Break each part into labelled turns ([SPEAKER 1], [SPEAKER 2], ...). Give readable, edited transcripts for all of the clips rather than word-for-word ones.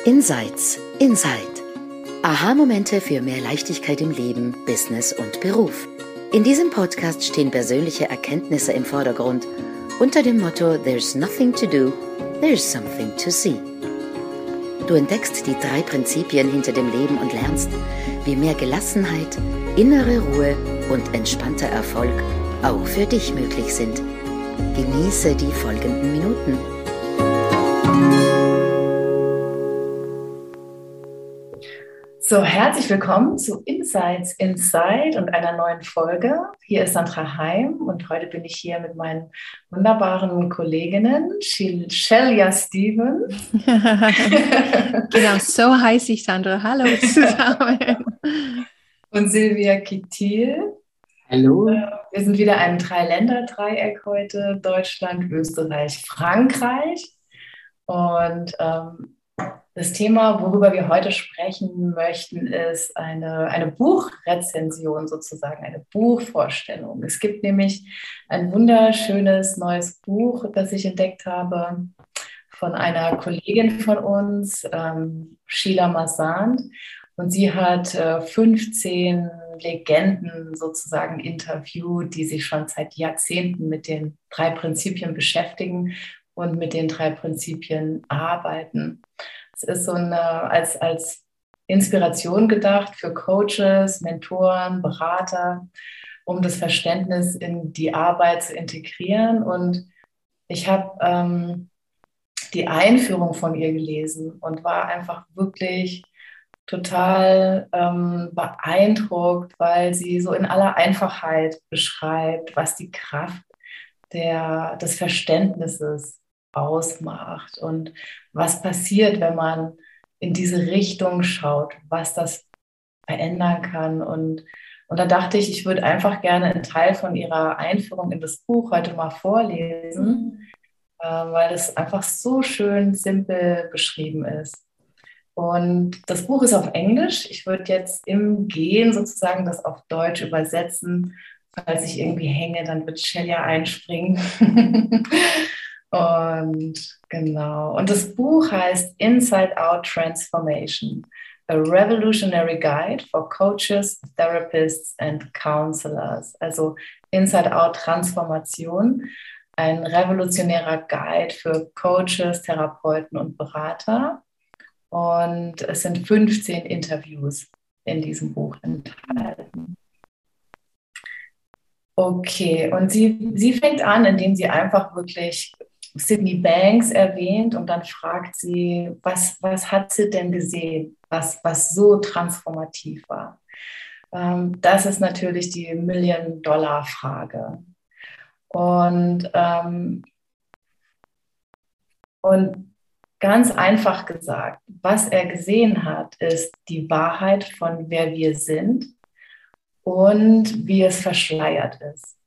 [SPEAKER 1] Insights, Insight. Aha-Momente für mehr Leichtigkeit im Leben, Business und Beruf. In diesem Podcast stehen persönliche Erkenntnisse im Vordergrund unter dem Motto There's nothing to do, there's something to see. Du entdeckst die 3 Prinzipien hinter dem Leben und lernst, wie mehr Gelassenheit, innere Ruhe und entspannter Erfolg auch für dich möglich sind. Genieße die folgenden Minuten.
[SPEAKER 2] So, herzlich willkommen zu Insights Inside und einer neuen Folge. Hier ist Sandra Heim und heute bin ich hier mit meinen wunderbaren Kolleginnen Shelia Stevens.
[SPEAKER 3] Genau, so heiße ich Sandra. Hallo zusammen.
[SPEAKER 2] Und Silvia Kittil.
[SPEAKER 4] Hallo.
[SPEAKER 2] Wir sind wieder ein 3-Länder-Dreieck heute: Deutschland, Österreich, Frankreich. Und das Thema, worüber wir heute sprechen möchten, ist eine Buchrezension sozusagen, eine Buchvorstellung. Es gibt nämlich ein wunderschönes neues Buch, das ich entdeckt habe von einer Kollegin von uns, Sheila Massand. Und sie hat 15 Legenden sozusagen interviewt, die sich schon seit Jahrzehnten mit den 3 Prinzipien beschäftigen und mit den 3 Prinzipien arbeiten. Es ist so als Inspiration gedacht für Coaches, Mentoren, Berater, um das Verständnis in die Arbeit zu integrieren. Und ich habe die Einführung von ihr gelesen und war einfach wirklich total beeindruckt, weil sie so in aller Einfachheit beschreibt, was die Kraft des Verständnisses ausmacht und was passiert, wenn man in diese Richtung schaut, was das verändern kann. Und da dachte ich, ich würde einfach gerne einen Teil von ihrer Einführung in das Buch heute mal vorlesen, weil das einfach so schön simpel beschrieben ist. Und das Buch ist auf Englisch. Ich würde jetzt im Gehen sozusagen das auf Deutsch übersetzen. Falls ich irgendwie hänge, dann wird Shelia einspringen. Und genau. Und das Buch heißt Inside Out Transformation: A Revolutionary Guide for Coaches, Therapists and Counselors. Also Inside Out Transformation, ein revolutionärer Guide für Coaches, Therapeuten und Berater. Und es sind 15 Interviews in diesem Buch enthalten. Okay, und sie fängt an, indem sie einfach wirklich Sydney Banks erwähnt und dann fragt sie, was hat sie denn gesehen, was so transformativ war? Das ist natürlich die Million-Dollar-Frage. Und ganz einfach gesagt, was er gesehen hat, ist die Wahrheit von wer wir sind und wie es verschleiert ist.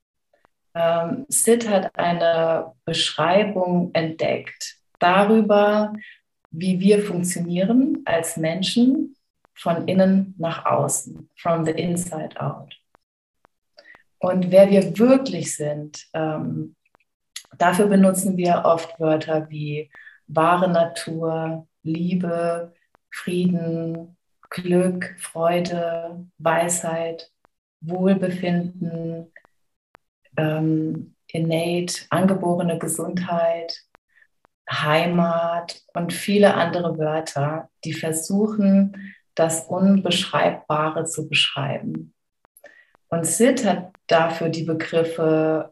[SPEAKER 2] Sid hat eine Beschreibung entdeckt darüber, wie wir funktionieren als Menschen von innen nach außen, from the inside out. Und wer wir wirklich sind, dafür benutzen wir oft Wörter wie wahre Natur, Liebe, Frieden, Glück, Freude, Weisheit, Wohlbefinden, innate, angeborene Gesundheit, Heimat und viele andere Wörter, die versuchen, das Unbeschreibbare zu beschreiben. Und Sid hat dafür die Begriffe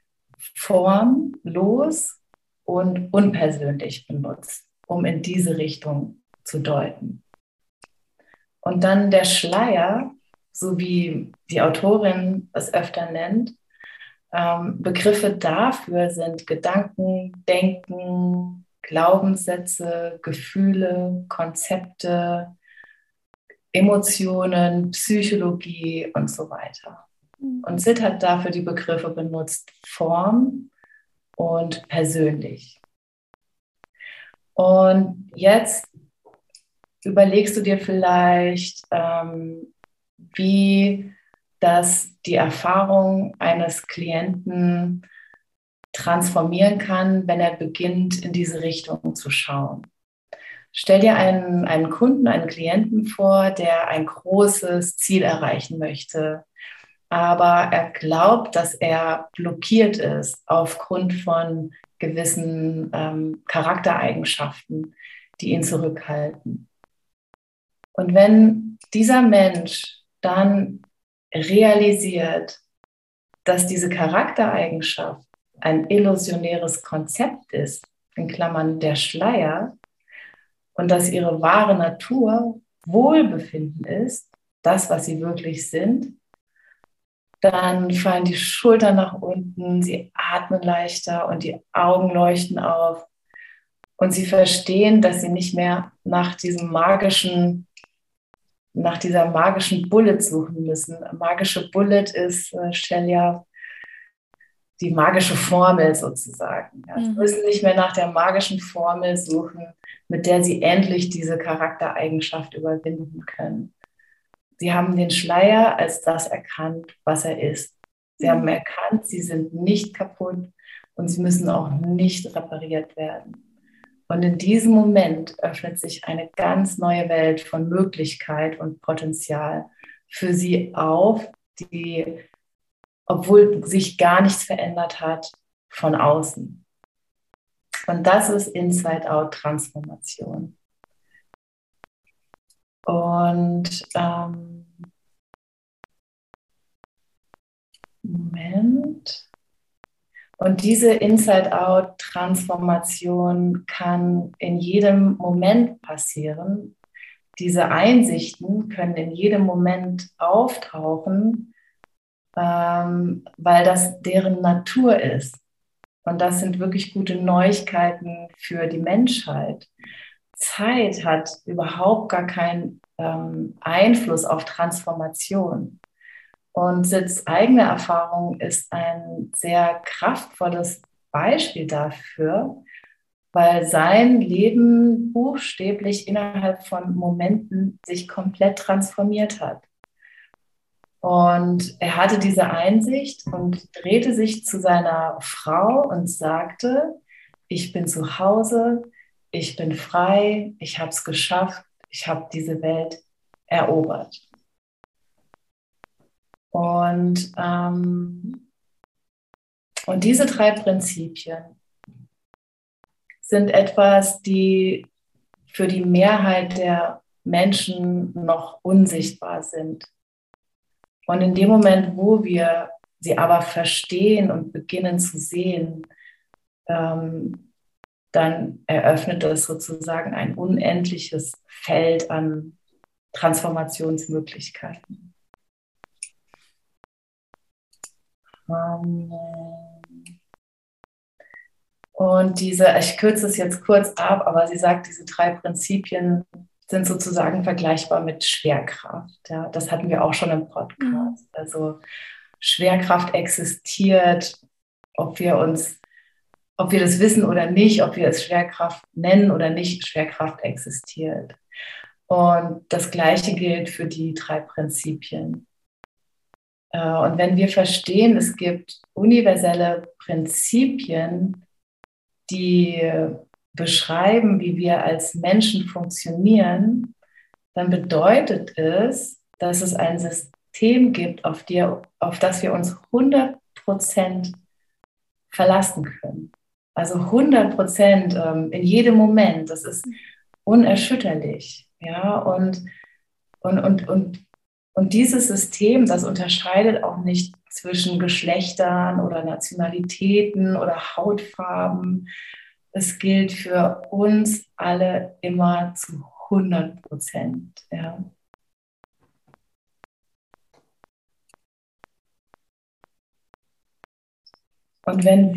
[SPEAKER 2] formlos und unpersönlich benutzt, um in diese Richtung zu deuten. Und dann der Schleier, so wie die Autorin es öfter nennt, Begriffe dafür sind Gedanken, Denken, Glaubenssätze, Gefühle, Konzepte, Emotionen, Psychologie und so weiter. Und Sid hat dafür die Begriffe benutzt Form und persönlich. Und jetzt überlegst du dir vielleicht, wie das die Erfahrung eines Klienten transformieren kann, wenn er beginnt, in diese Richtung zu schauen. Stell dir einen Kunden, einen Klienten vor, der ein großes Ziel erreichen möchte, aber er glaubt, dass er blockiert ist aufgrund von gewissen Charaktereigenschaften, die ihn zurückhalten. Und wenn dieser Mensch dann realisiert, dass diese Charaktereigenschaft ein illusionäres Konzept ist, in Klammern der Schleier, und dass ihre wahre Natur Wohlbefinden ist, das, was sie wirklich sind, dann fallen die Schultern nach unten, sie atmen leichter und die Augen leuchten auf. Und sie verstehen, dass sie nicht mehr nach dieser magischen Bullet suchen müssen. Magische Bullet ist, Shelia, die magische Formel sozusagen. Ja. Sie müssen nicht mehr nach der magischen Formel suchen, mit der sie endlich diese Charaktereigenschaft überwinden können. Sie haben den Schleier als das erkannt, was er ist. Sie haben erkannt, sie sind nicht kaputt und sie müssen auch nicht repariert werden. Und in diesem Moment öffnet sich eine ganz neue Welt von Möglichkeit und Potenzial für sie auf, die, obwohl sich gar nichts verändert hat, von außen. Und das ist Inside-Out-Transformation. Und Moment. Und diese Inside-Out-Transformation kann in jedem Moment passieren. Diese Einsichten können in jedem Moment auftauchen, weil das deren Natur ist. Und das sind wirklich gute Neuigkeiten für die Menschheit. Zeit hat überhaupt gar keinen Einfluss auf Transformation. Und Sids eigene Erfahrung ist ein sehr kraftvolles Beispiel dafür, weil sein Leben buchstäblich innerhalb von Momenten sich komplett transformiert hat. Und er hatte diese Einsicht und drehte sich zu seiner Frau und sagte: Ich bin zu Hause, ich bin frei, ich habe es geschafft, ich habe diese Welt erobert. Und diese 3 Prinzipien sind etwas, die für die Mehrheit der Menschen noch unsichtbar sind. Und in dem Moment, wo wir sie aber verstehen und beginnen zu sehen, dann eröffnet es sozusagen ein unendliches Feld an Transformationsmöglichkeiten. Und ich kürze es jetzt kurz ab, aber sie sagt, diese 3 Prinzipien sind sozusagen vergleichbar mit Schwerkraft. Ja, das hatten wir auch schon im Podcast. Also Schwerkraft existiert, ob wir das wissen oder nicht, ob wir es Schwerkraft nennen oder nicht, Schwerkraft existiert. Und das Gleiche gilt für die 3 Prinzipien. Und wenn wir verstehen, es gibt universelle Prinzipien, die beschreiben, wie wir als Menschen funktionieren, dann bedeutet es, dass es ein System gibt, auf das wir uns 100% verlassen können. Also 100% in jedem Moment. Das ist unerschütterlich. Ja? Und dieses System, das unterscheidet auch nicht zwischen Geschlechtern oder Nationalitäten oder Hautfarben. Es gilt für uns alle immer zu 100%. Ja. Und wenn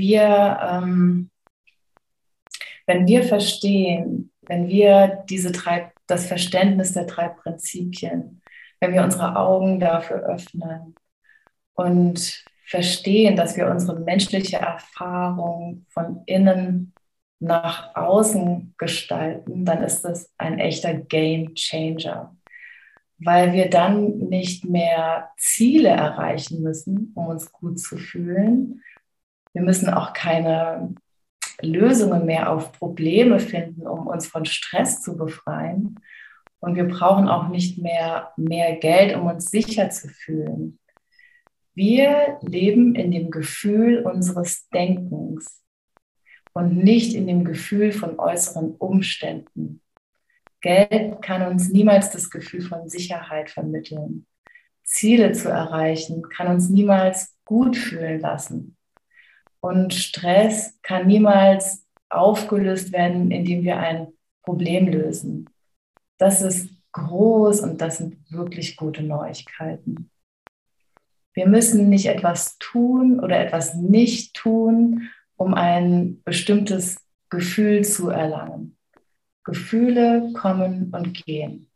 [SPEAKER 2] wir verstehen, wenn wir das Verständnis der 3 Prinzipien, wenn wir unsere Augen dafür öffnen und verstehen, dass wir unsere menschliche Erfahrung von innen nach außen gestalten, dann ist das ein echter Game Changer, weil wir dann nicht mehr Ziele erreichen müssen, um uns gut zu fühlen. Wir müssen auch keine Lösungen mehr auf Probleme finden, um uns von Stress zu befreien. Und wir brauchen auch nicht mehr Geld, um uns sicher zu fühlen. Wir leben in dem Gefühl unseres Denkens und nicht in dem Gefühl von äußeren Umständen. Geld kann uns niemals das Gefühl von Sicherheit vermitteln. Ziele zu erreichen kann uns niemals gut fühlen lassen. Und Stress kann niemals aufgelöst werden, indem wir ein Problem lösen. Das ist groß und das sind wirklich gute Neuigkeiten. Wir müssen nicht etwas tun oder etwas nicht tun, um ein bestimmtes Gefühl zu erlangen. Gefühle kommen und gehen.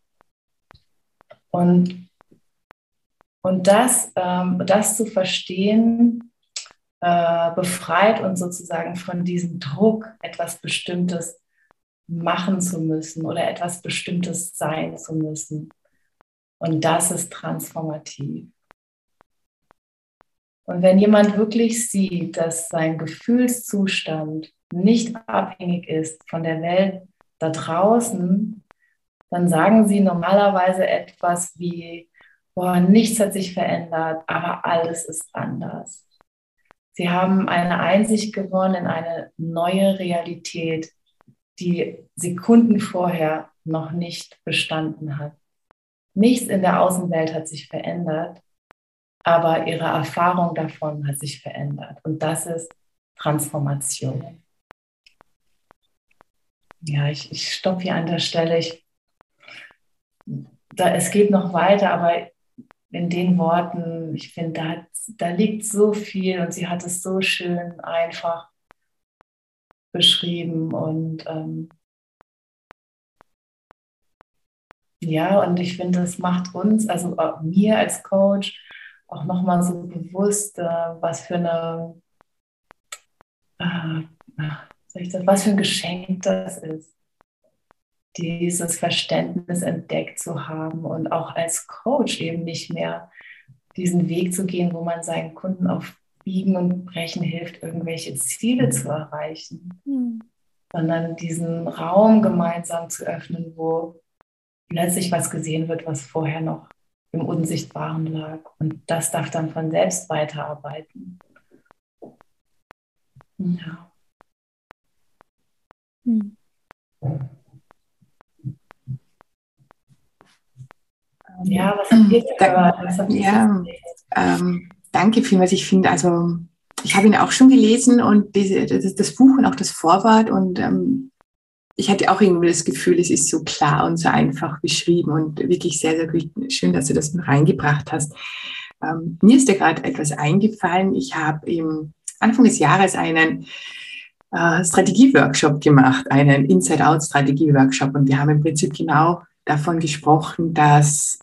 [SPEAKER 2] Und das zu verstehen, befreit uns sozusagen von diesem Druck, etwas Bestimmtes machen zu müssen oder etwas Bestimmtes sein zu müssen. Und das ist transformativ. Und wenn jemand wirklich sieht, dass sein Gefühlszustand nicht abhängig ist von der Welt da draußen, dann sagen sie normalerweise etwas wie, boah, nichts hat sich verändert, aber alles ist anders. Sie haben eine Einsicht gewonnen in eine neue Realität, die Sekunden vorher noch nicht bestanden hat. Nichts in der Außenwelt hat sich verändert, aber ihre Erfahrung davon hat sich verändert. Und das ist Transformation. Ja, ich stoppe hier an der Stelle. Es geht noch weiter, aber in den Worten, ich finde, da liegt so viel und sie hat es so schön einfach beschrieben. Und ja, und ich finde, es macht uns, also mir als Coach, auch nochmal so bewusst, was für ein Geschenk das ist, dieses Verständnis entdeckt zu haben und auch als Coach eben nicht mehr diesen Weg zu gehen, wo man seinen Kunden auf Biegen und Brechen hilft, irgendwelche Ziele zu erreichen, sondern diesen Raum gemeinsam zu öffnen, wo plötzlich was gesehen wird, was vorher noch im Unsichtbaren lag. Und das darf dann von selbst weiterarbeiten. Ja. Ja, was habt ihr gehört?
[SPEAKER 3] Danke vielmals. Ich finde, also ich habe ihn auch schon gelesen und das Buch und auch das Vorwort und ich hatte auch irgendwie das Gefühl, es ist so klar und so einfach beschrieben und wirklich sehr, sehr gut. Schön, dass du das mit reingebracht hast. Mir ist da gerade etwas eingefallen. Ich habe im Anfang des Jahres einen Strategie-Workshop gemacht, einen Inside-Out-Strategie-Workshop und wir haben im Prinzip genau davon gesprochen, dass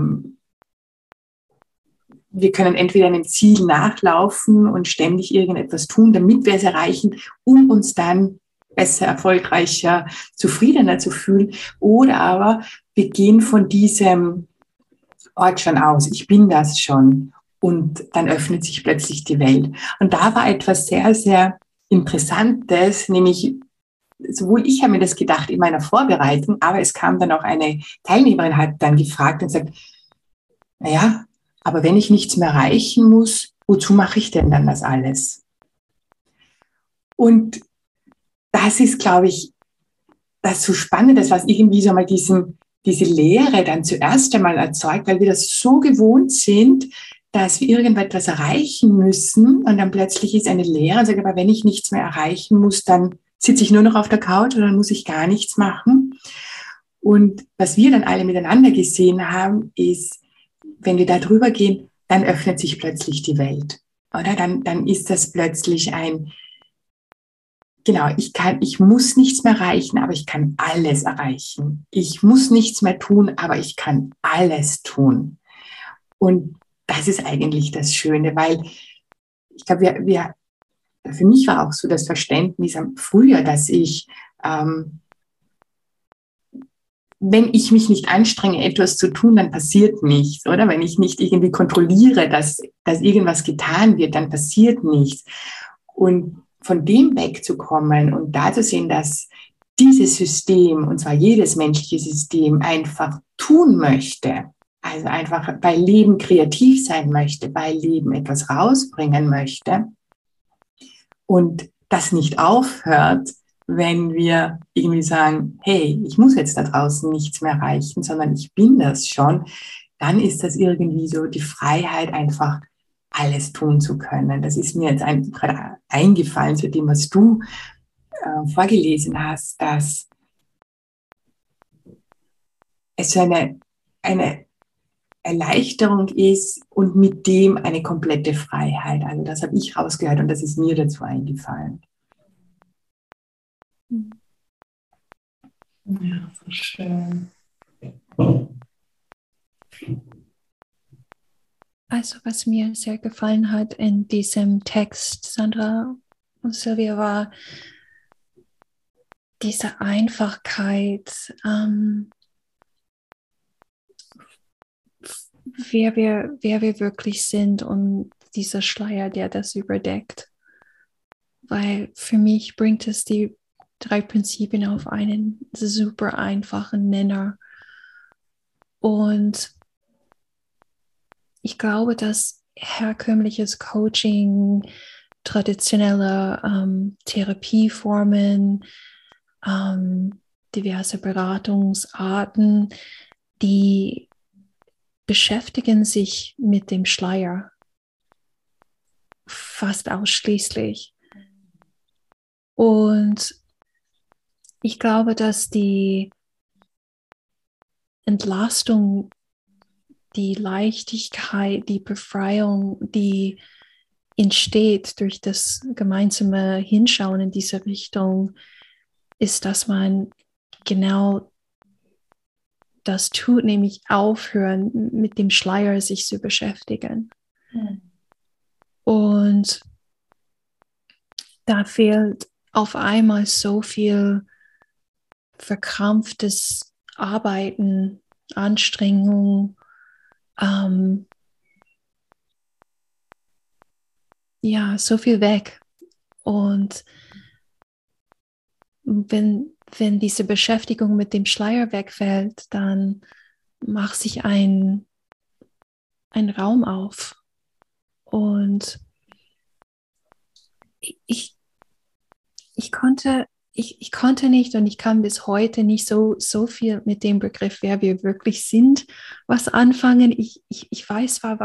[SPEAKER 3] wir können entweder einem Ziel nachlaufen und ständig irgendetwas tun, damit wir es erreichen, um uns dann besser, erfolgreicher, zufriedener zu fühlen. Oder aber wir gehen von diesem Ort schon aus. Ich bin das schon. Und dann öffnet sich plötzlich die Welt. Und da war etwas sehr, sehr Interessantes, nämlich sowohl ich habe mir das gedacht in meiner Vorbereitung, aber es kam dann auch eine Teilnehmerin, hat dann gefragt und sagt, naja, aber wenn ich nichts mehr erreichen muss, wozu mache ich denn dann das alles? Und das ist, glaube ich, das so Spannendes, was irgendwie so mal diese Leere dann zuerst einmal erzeugt, weil wir das so gewohnt sind, dass wir irgendetwas erreichen müssen und dann plötzlich ist eine Leere und sagt, aber wenn ich nichts mehr erreichen muss, dann sitze ich nur noch auf der Couch oder dann muss ich gar nichts machen. Und was wir dann alle miteinander gesehen haben, ist, wenn wir da drüber gehen, dann öffnet sich plötzlich die Welt. Oder dann ist das plötzlich ich muss nichts mehr erreichen, aber ich kann alles erreichen. Ich muss nichts mehr tun, aber ich kann alles tun. Und das ist eigentlich das Schöne, weil ich glaube, für mich war auch so das Verständnis früher, dass ich, wenn ich mich nicht anstrenge, etwas zu tun, dann passiert nichts, oder? Wenn ich nicht irgendwie kontrolliere, dass irgendwas getan wird, dann passiert nichts. Und von dem wegzukommen und da zu sehen, dass dieses System, und zwar jedes menschliche System, einfach tun möchte, also einfach bei Leben kreativ sein möchte, bei Leben etwas rausbringen möchte und das nicht aufhört, wenn wir irgendwie sagen, hey, ich muss jetzt da draußen nichts mehr erreichen, sondern ich bin das schon, dann ist das irgendwie so die Freiheit, einfach alles tun zu können. Das ist mir jetzt gerade eingefallen zu dem, was du vorgelesen hast, dass es so eine Erleichterung ist und mit dem eine komplette Freiheit. Also das habe ich rausgehört und das ist mir dazu eingefallen.
[SPEAKER 2] Ja, so schön.
[SPEAKER 4] Also was mir sehr gefallen hat in diesem Text, Sandra und Silvia, war diese Einfachkeit, wer wir wirklich sind und dieser Schleier, der das überdeckt. Weil für mich bringt es die 3 Prinzipien auf einen super einfachen Nenner. Und ich glaube, dass herkömmliches Coaching, traditionelle Therapieformen, diverse Beratungsarten, die beschäftigen sich mit dem Schleier fast ausschließlich. Und ich glaube, dass die Entlastung, die Leichtigkeit, die Befreiung, die entsteht durch das gemeinsame Hinschauen in diese Richtung, ist, dass man genau das tut, nämlich aufhören, mit dem Schleier sich zu beschäftigen. Und da fehlt auf einmal so viel verkrampftes Arbeiten, Anstrengung, so viel weg. Und wenn diese Beschäftigung mit dem Schleier wegfällt, dann macht sich ein Raum auf. Und ich konnte nicht und ich kann bis heute nicht so viel mit dem Begriff, wer wir wirklich sind, was anfangen. Ich weiß zwar,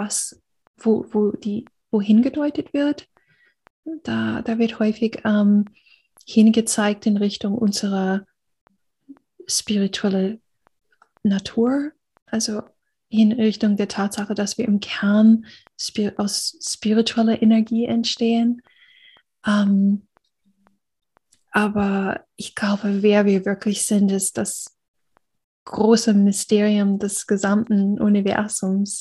[SPEAKER 4] wohin gedeutet wird. Da wird häufig hingezeigt in Richtung unserer spirituellen Natur, also in Richtung der Tatsache, dass wir im Kern aus spiritueller Energie entstehen. Aber ich glaube, wer wir wirklich sind, ist das große Mysterium des gesamten Universums.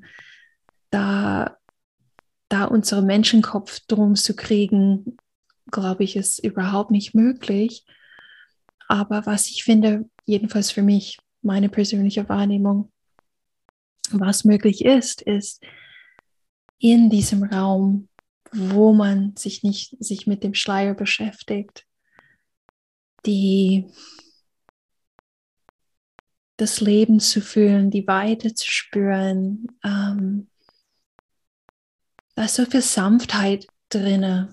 [SPEAKER 4] Da unseren Menschenkopf drum zu kriegen, glaube ich, ist überhaupt nicht möglich. Aber was ich finde, jedenfalls für mich, meine persönliche Wahrnehmung, was möglich ist in diesem Raum, wo man sich mit dem Schleier beschäftigt, das Leben zu fühlen, die Weite zu spüren. Da ist so viel Sanftheit drin.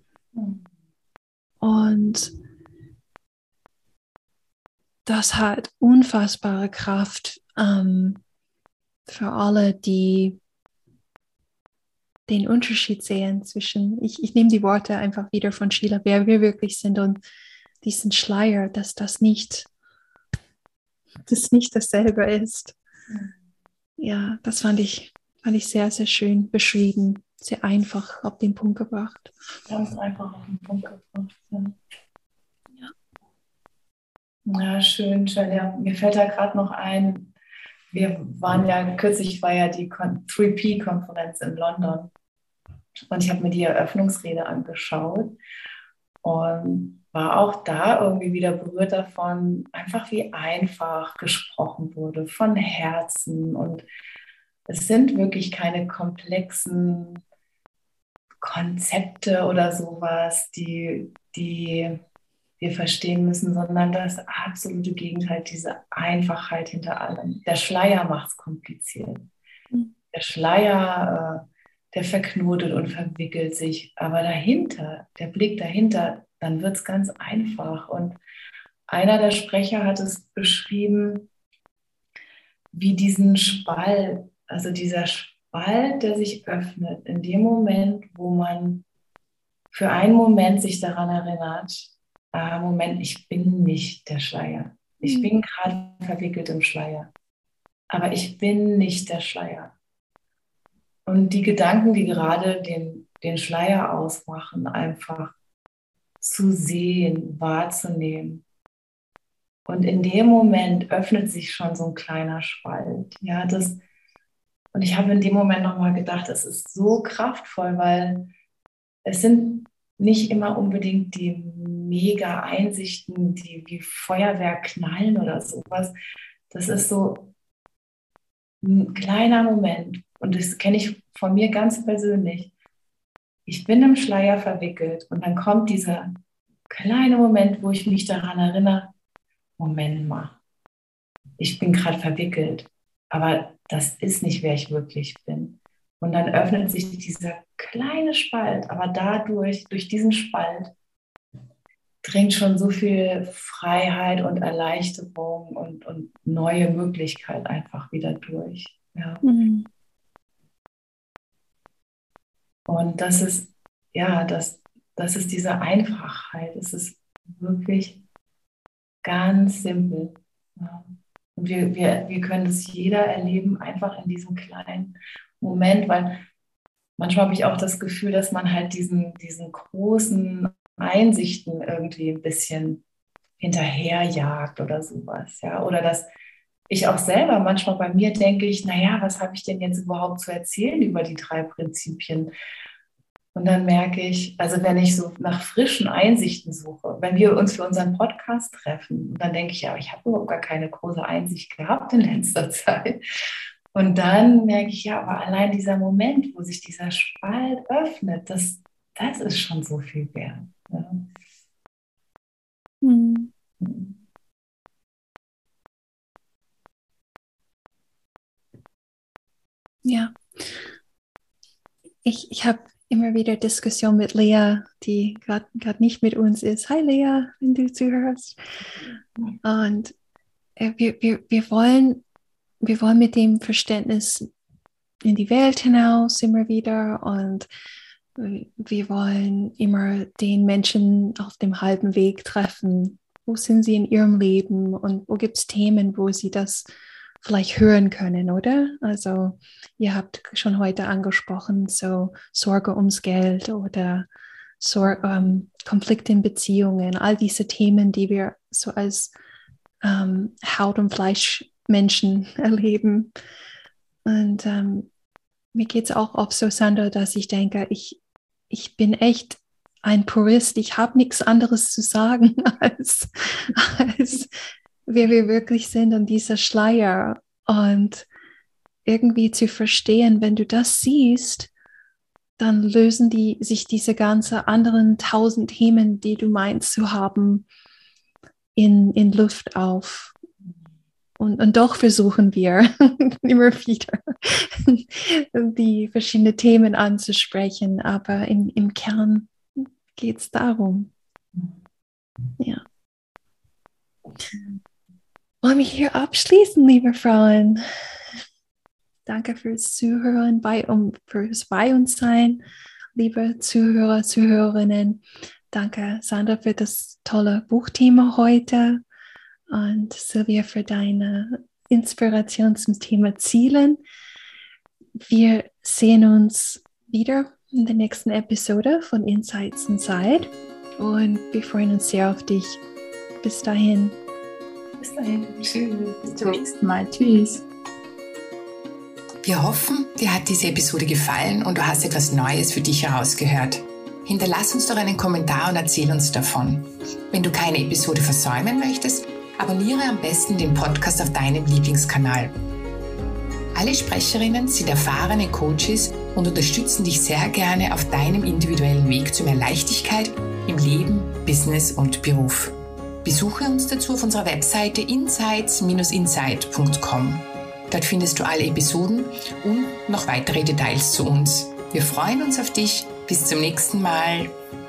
[SPEAKER 4] Und das hat unfassbare Kraft für alle, die den Unterschied sehen zwischen, ich nehme die Worte einfach wieder von Sheila, wer wir wirklich sind und diesen Schleier, dass das nicht dasselbe ist. Ja, das fand ich sehr, sehr schön beschrieben, sehr einfach auf den Punkt gebracht.
[SPEAKER 2] Ganz einfach auf den Punkt gebracht. Ja, schön, schön. Ja, mir fällt da gerade noch ein, kürzlich war ja die 3P-Konferenz in London und ich habe mir die Eröffnungsrede angeschaut und war auch da irgendwie wieder berührt davon, einfach wie einfach gesprochen wurde, von Herzen. Und es sind wirklich keine komplexen Konzepte oder sowas, die wir verstehen müssen, sondern das absolute Gegenteil, diese Einfachheit hinter allem. Der Schleier macht es kompliziert. Der Schleier, der verknotet und verwickelt sich, aber dahinter, der Blick dahinter, dann wird es ganz einfach. Und einer der Sprecher hat es beschrieben, wie diesen Spalt, also dieser Spalt, der sich öffnet, in dem Moment, wo man für einen Moment sich daran erinnert, Moment, ich bin nicht der Schleier. Ich bin gerade verwickelt im Schleier, aber ich bin nicht der Schleier. Und die Gedanken, die gerade den Schleier ausmachen, einfach zu sehen, wahrzunehmen. Und in dem Moment öffnet sich schon so ein kleiner Spalt. Ja, und ich habe in dem Moment nochmal gedacht, es ist so kraftvoll, weil es sind nicht immer unbedingt die mega Einsichten, die wie Feuerwerk knallen oder sowas. Das ist so ein kleiner Moment. Und das kenne ich von mir ganz persönlich. Ich bin im Schleier verwickelt und dann kommt dieser kleine Moment, wo ich mich daran erinnere, Moment mal, ich bin gerade verwickelt, aber das ist nicht, wer ich wirklich bin. Und dann öffnet sich dieser kleine Spalt, aber durch diesen Spalt, dringt schon so viel Freiheit und Erleichterung und neue Möglichkeit einfach wieder durch. Ja. Mhm. Und das ist diese Einfachheit. Es ist wirklich ganz simpel. Ja. Und wir können das jeder erleben, einfach in diesem kleinen Moment, weil manchmal habe ich auch das Gefühl, dass man halt diesen großen Einsichten irgendwie ein bisschen hinterherjagt oder sowas. Ja? Oder dass ich auch selber manchmal bei mir denke ich, naja, was habe ich denn jetzt überhaupt zu erzählen über die 3 Prinzipien? Und dann merke ich, also wenn ich so nach frischen Einsichten suche, wenn wir uns für unseren Podcast treffen, dann denke ich, ja, ich habe überhaupt gar keine große Einsicht gehabt in letzter Zeit. Und dann merke ich, ja, aber allein dieser Moment, wo sich dieser Spalt öffnet, das ist schon so viel wert. Ja.
[SPEAKER 4] Mhm. Ja, ich habe immer wieder Diskussion mit Lea, die gerade nicht mit uns ist. Hi Lea, wenn du zuhörst. Und wir wollen mit dem Verständnis in die Welt hinaus immer wieder und wir wollen immer den Menschen auf dem halben Weg treffen. Wo sind sie in ihrem Leben und wo gibt es Themen, wo sie das vielleicht hören können, oder? Also ihr habt schon heute angesprochen, so Sorge ums Geld oder Konflikte in Beziehungen, all diese Themen, die wir so als Haut- und Fleischmenschen erleben. Und mir geht es auch oft so, Sandra, dass ich denke, ich bin echt ein Purist. Ich habe nichts anderes zu sagen, als wer wir wirklich sind und dieser Schleier. Und irgendwie zu verstehen, wenn du das siehst, dann lösen sich diese ganzen anderen 1000 Themen, die du meinst zu haben, in Luft auf. Und doch versuchen wir immer wieder die verschiedenen Themen anzusprechen, aber im Kern geht es darum. Ja. Wollen wir hier abschließen, liebe Frauen? Danke fürs Zuhören, fürs bei uns sein, liebe Zuhörer, Zuhörerinnen. Danke, Sandra, für das tolle Buchthema heute. Und Silvia für deine Inspiration zum Thema Zielen. Wir sehen uns wieder in der nächsten Episode von Insights Inside und wir freuen uns sehr auf dich. Bis dahin.
[SPEAKER 3] Bis dahin. Tschüss. Bis zum nächsten Mal. Tschüss.
[SPEAKER 5] Wir hoffen, dir hat diese Episode gefallen und du hast etwas Neues für dich herausgehört. Hinterlass uns doch einen Kommentar und erzähl uns davon. Wenn du keine Episode versäumen möchtest, abonniere am besten den Podcast auf deinem Lieblingskanal. Alle Sprecherinnen sind erfahrene Coaches und unterstützen dich sehr gerne auf deinem individuellen Weg zu mehr Leichtigkeit im Leben, Business und Beruf. Besuche uns dazu auf unserer Webseite insights-insight.com. Dort findest du alle Episoden und noch weitere Details zu uns. Wir freuen uns auf dich. Bis zum nächsten Mal.